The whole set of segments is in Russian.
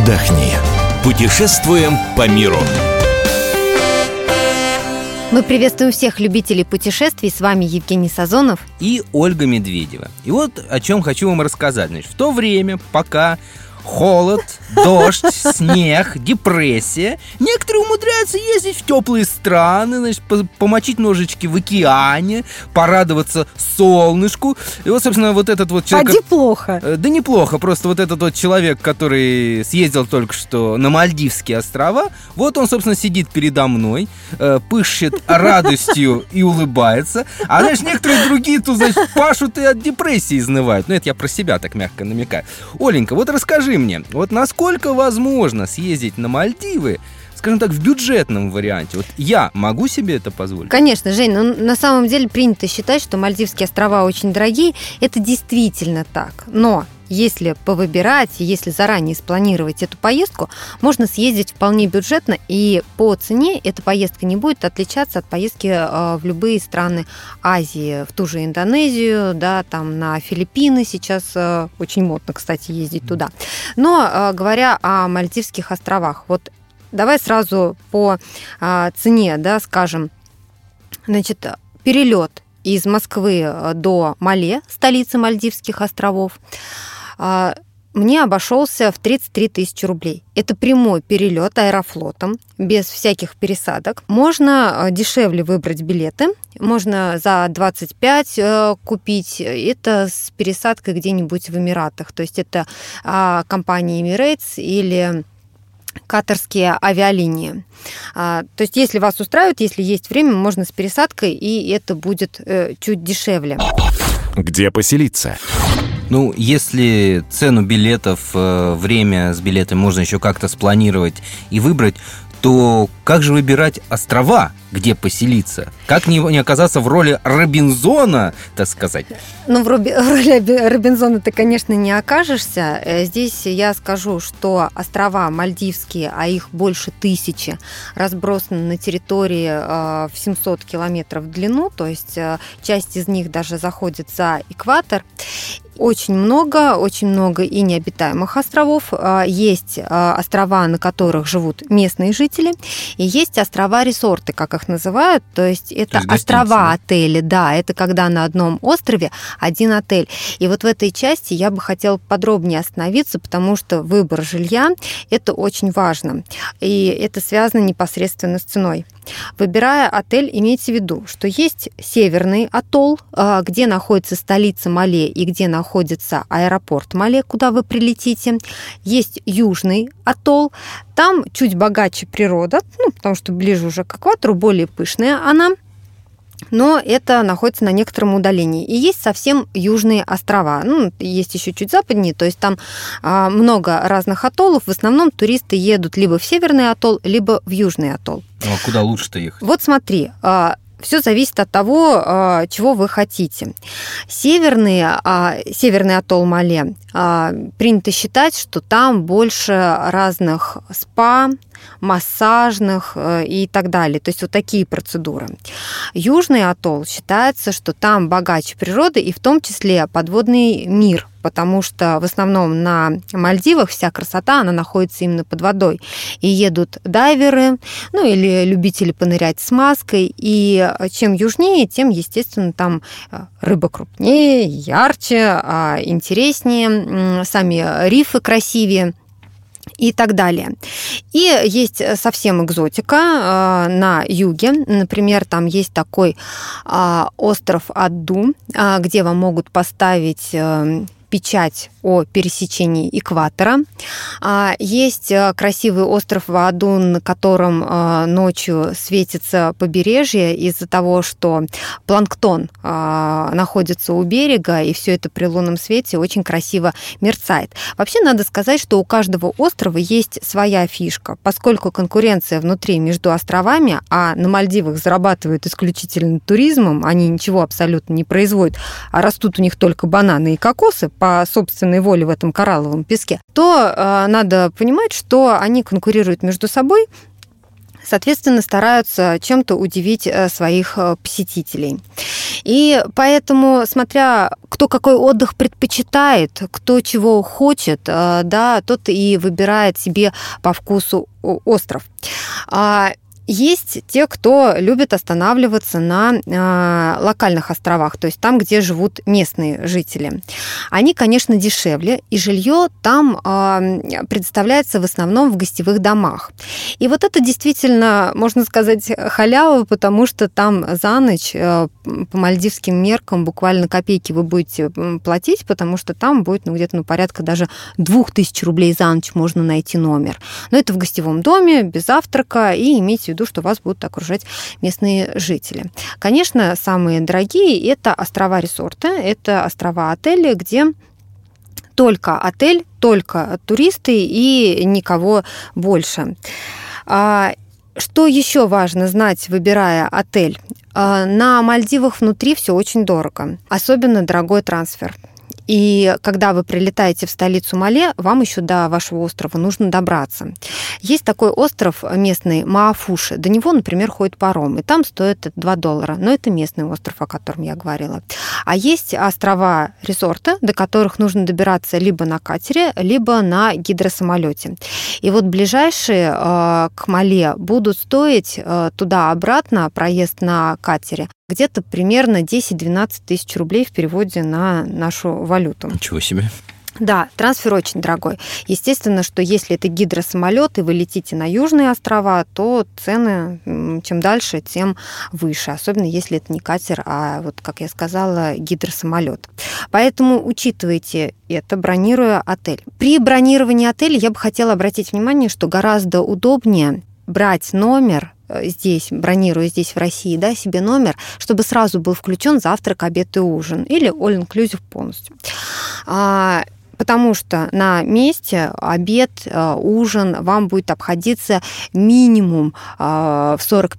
отдохни. Путешествуем по миру. Мы приветствуем всех любителей путешествий. С вами Евгений Сазонов и Ольга Медведева. И вот о чем хочу вам рассказать. Значит, в то время, пока холод, дождь, снег, депрессия, некоторые умудряются ездить в теплые страны, значит, помочить ножички в океане, порадоваться солнышку. И вот, собственно, вот этот вот человек... неплохо. Да неплохо, просто вот этот вот человек, который съездил только что на Мальдивские острова, вот он, собственно, сидит передо мной, пышет радостью и улыбается. А, знаешь, некоторые другие тут, значит, пашут и от депрессии изнывают. Ну, это я про себя так мягко намекаю. Оленька, вот расскажи мне, вот насколько возможно съездить на Мальдивы, скажем так, в бюджетном варианте? Вот я могу себе это позволить? Конечно, Жень, но на самом деле принято считать, что Мальдивские острова очень дорогие. Это действительно так. Но если повыбирать, если заранее спланировать эту поездку, можно съездить вполне бюджетно, и по цене эта поездка не будет отличаться от поездки в любые страны Азии, в ту же Индонезию, да, там на Филиппины сейчас очень модно, кстати, ездить туда. Но говоря о Мальдивских островах, вот давай сразу по цене, да, скажем, значит, перелет из Москвы до Мале, столицы Мальдивских островов, мне обошелся в 33 тысячи рублей. Это прямой перелет аэрофлотом, без всяких пересадок. Можно дешевле выбрать билеты, можно за 25 купить, это с пересадкой где-нибудь в Эмиратах. То есть это компания Emirates или катарские авиалинии. То есть если вас устраивает, если есть время, можно с пересадкой, и это будет чуть дешевле. Где поселиться? Ну, если цену билетов, время с билетами можно еще как-то спланировать и выбрать, то как же выбирать острова, где поселиться? Как не оказаться в роли Робинзона, так сказать? Ну, в роли Робинзона ты, конечно, не окажешься. Здесь я скажу, что острова Мальдивские, а их больше 1000, разбросаны на территории в 700 километров в длину, то есть часть из них даже заходит за экватор. Очень много и необитаемых островов. Есть острова, на которых живут местные жители, и есть острова-ресорты, как их называют, то есть это острова-отели, да, это когда на одном острове один отель. И вот в этой части я бы хотела подробнее остановиться, потому что выбор жилья – это очень важно, и это связано непосредственно с ценой. Выбирая отель, имейте в виду, что есть северный атолл, где находится столица Мале и где находится аэропорт Мале, куда вы прилетите. Есть южный атолл, там чуть богаче природа, потому что ближе уже к экватору, более пышная она, но это находится на некотором удалении. И есть совсем южные острова. Есть еще чуть западнее, то есть там много разных атоллов. В основном туристы едут либо в северный атолл, либо в южный атолл. Ну, а куда лучше-то ехать? Вот смотри, все зависит от того, чего вы хотите. Северный атолл Мале, принято считать, что там больше разных спа, массажных и так далее. То есть вот такие процедуры. Южный атолл считается, что там богаче природы и в том числе подводный мир, потому что в основном на Мальдивах вся красота, она находится именно под водой. И едут дайверы, или любители понырять с маской. И чем южнее, тем, естественно, там рыба крупнее, ярче, интереснее, сами рифы красивее и так далее. И есть совсем экзотика на юге. Например, там есть такой остров Адду, где вам могут поставить печать о пересечении экватора. Есть красивый остров Вааду, на котором ночью светится побережье из-за того, что планктон находится у берега, и все это при лунном свете очень красиво мерцает. Вообще, надо сказать, что у каждого острова есть своя фишка. Поскольку конкуренция внутри между островами, а на Мальдивах зарабатывают исключительно туризмом, они ничего абсолютно не производят, а растут у них только бананы и кокосы по собственной воле в этом коралловом песке, то надо понимать, что они конкурируют между собой, соответственно, стараются чем-то удивить своих посетителей. И поэтому, смотря кто какой отдых предпочитает, кто чего хочет, да, тот и выбирает себе по вкусу остров. Есть те, кто любит останавливаться на локальных островах, то есть там, где живут местные жители. Они, конечно, дешевле, и жилье там предоставляется в основном в гостевых домах. И вот это действительно, можно сказать, халява, потому что там за ночь по мальдивским меркам буквально копейки вы будете платить, потому что там будет где-то порядка даже 2000 рублей за ночь можно найти номер. Но это в гостевом доме, без завтрака, и имейте в виду, что вас будут окружать местные жители. Конечно, самые дорогие – это острова-резорты, это острова-отели, где только отель, только туристы и никого больше. Что еще важно знать, выбирая отель? На Мальдивах внутри все очень дорого, особенно дорогой трансфер. И когда вы прилетаете в столицу Мале, вам еще до вашего острова нужно добраться. Есть такой остров местный Маафуши. До него, например, ходит паром, и там стоит $2. Но это местный остров, о котором я говорила. А есть острова-резорты, до которых нужно добираться либо на катере, либо на гидросамолете. И вот ближайшие к Мале будут стоить туда-обратно проезд на катере где-то примерно 10-12 тысяч рублей в переводе на нашу валюту. Ничего себе. Да, трансфер очень дорогой. Естественно, что если это гидросамолет, и вы летите на южные острова, то цены чем дальше, тем выше. Особенно если это не катер, а, вот, как я сказала, гидросамолет. Поэтому учитывайте это, бронируя отель. При бронировании отеля я бы хотела обратить внимание, что гораздо удобнее брать номер здесь, бронируя здесь в России, да, себе номер, чтобы сразу был включен завтрак, обед и ужин, или all-inclusive полностью. Потому что на месте обед, ужин вам будет обходиться минимум в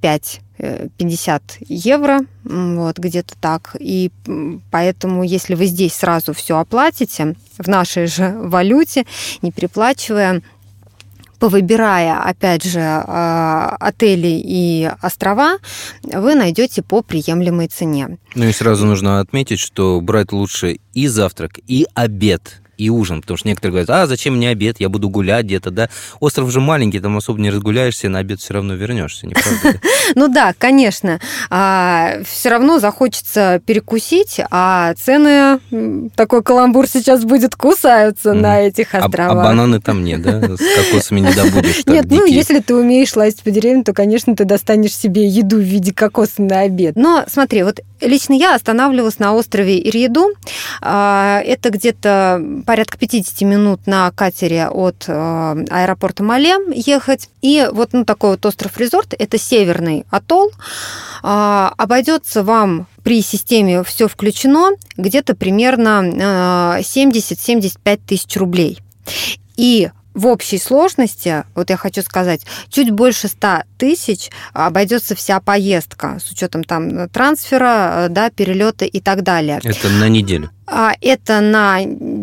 45-50 евро, вот, где-то так. И поэтому, если вы здесь сразу все оплатите в нашей же валюте, не переплачивая, повыбирая, опять же, отели и острова, вы найдете по приемлемой цене. Ну и сразу нужно отметить, что брать лучше и завтрак, и обед, и ужин, потому что некоторые говорят, зачем мне обед, я буду гулять где-то, да. Остров же маленький, там особо не разгуляешься, на обед все равно вернешься, не правда? Ну да, конечно. Все равно захочется перекусить, а цены, такой каламбур сейчас будет, кусаются на этих островах. А бананы там нет, да? С кокосами не добудешь. Нет, ну если ты умеешь лазить по деревьям, то, конечно, ты достанешь себе еду в виде кокоса на обед. Но смотри, вот лично я останавливалась на острове Ирьеду. Это где-то порядка 50 минут на катере от аэропорта Мале ехать. И вот такой вот остров-резорт, это северный атолл, обойдется вам при системе «все включено» где-то примерно 70-75 тысяч рублей. И в общей сложности, вот я хочу сказать, чуть больше 100 тысяч обойдется вся поездка с учетом там трансфера, да, перелета и так далее. Это на неделю? Это на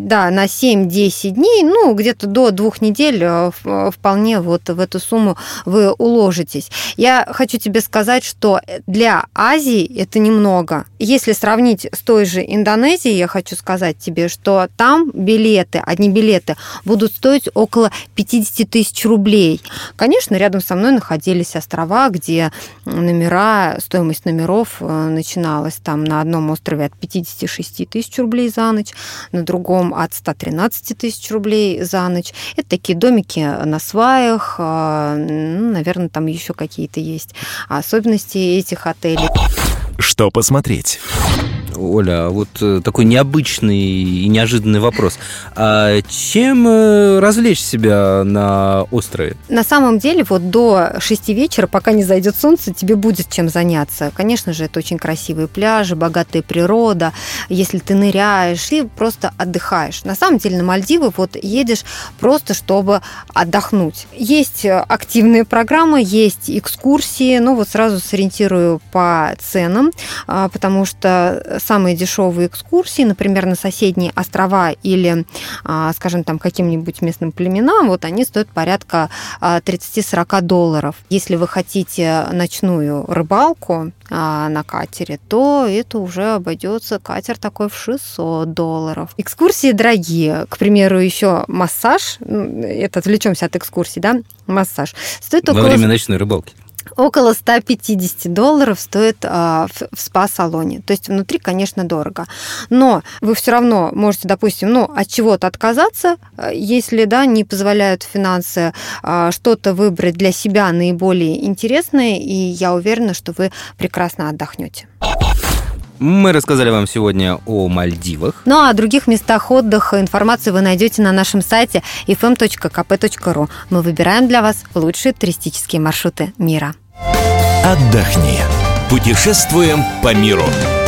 7-10 дней, где-то до 2 недель вполне вот в эту сумму вы уложитесь. Я хочу тебе сказать, что для Азии это немного. Если сравнить с той же Индонезией, я хочу сказать тебе, что там одни билеты будут стоить около 50 тысяч рублей. Конечно, рядом со мной находились острова, где стоимость номеров начиналась там на одном острове от 56 тысяч рублей за ночь, на другом от 113 тысяч рублей за ночь. Это такие домики на сваях, наверное, там еще какие-то есть особенности этих отелей. Что посмотреть? Оля, вот такой необычный и неожиданный вопрос. А чем развлечь себя на острове? На самом деле, вот до 6 вечера, пока не зайдет солнце, тебе будет чем заняться. Конечно же, это очень красивые пляжи, богатая природа. Если ты ныряешь, ты просто отдыхаешь. На самом деле, на Мальдивы вот едешь просто, чтобы отдохнуть. Есть активные программы, есть экскурсии. Вот сразу сориентирую по ценам, потому что самые дешевые экскурсии, например, на соседние острова или, скажем, там каким-нибудь местным племенам, вот они стоят порядка $30-40. Если вы хотите ночную рыбалку на катере, то это уже обойдется катер такой в $600. Экскурсии дорогие. К примеру, еще массаж. Это отвлечемся от экскурсий, да? Массаж. Стоит во время ночной рыбалки. Около $150 стоит в спа-салоне. То есть внутри, конечно, дорого. Но вы все равно можете, допустим, от чего-то отказаться, если не позволяют финансы, что-то выбрать для себя наиболее интересное, и я уверена, что вы прекрасно отдохнете. Мы рассказали вам сегодня о Мальдивах. О других местах отдыха информацию вы найдете на нашем сайте fm.kp.ru. Мы выбираем для вас лучшие туристические маршруты мира. Отдохни. Путешествуем по миру.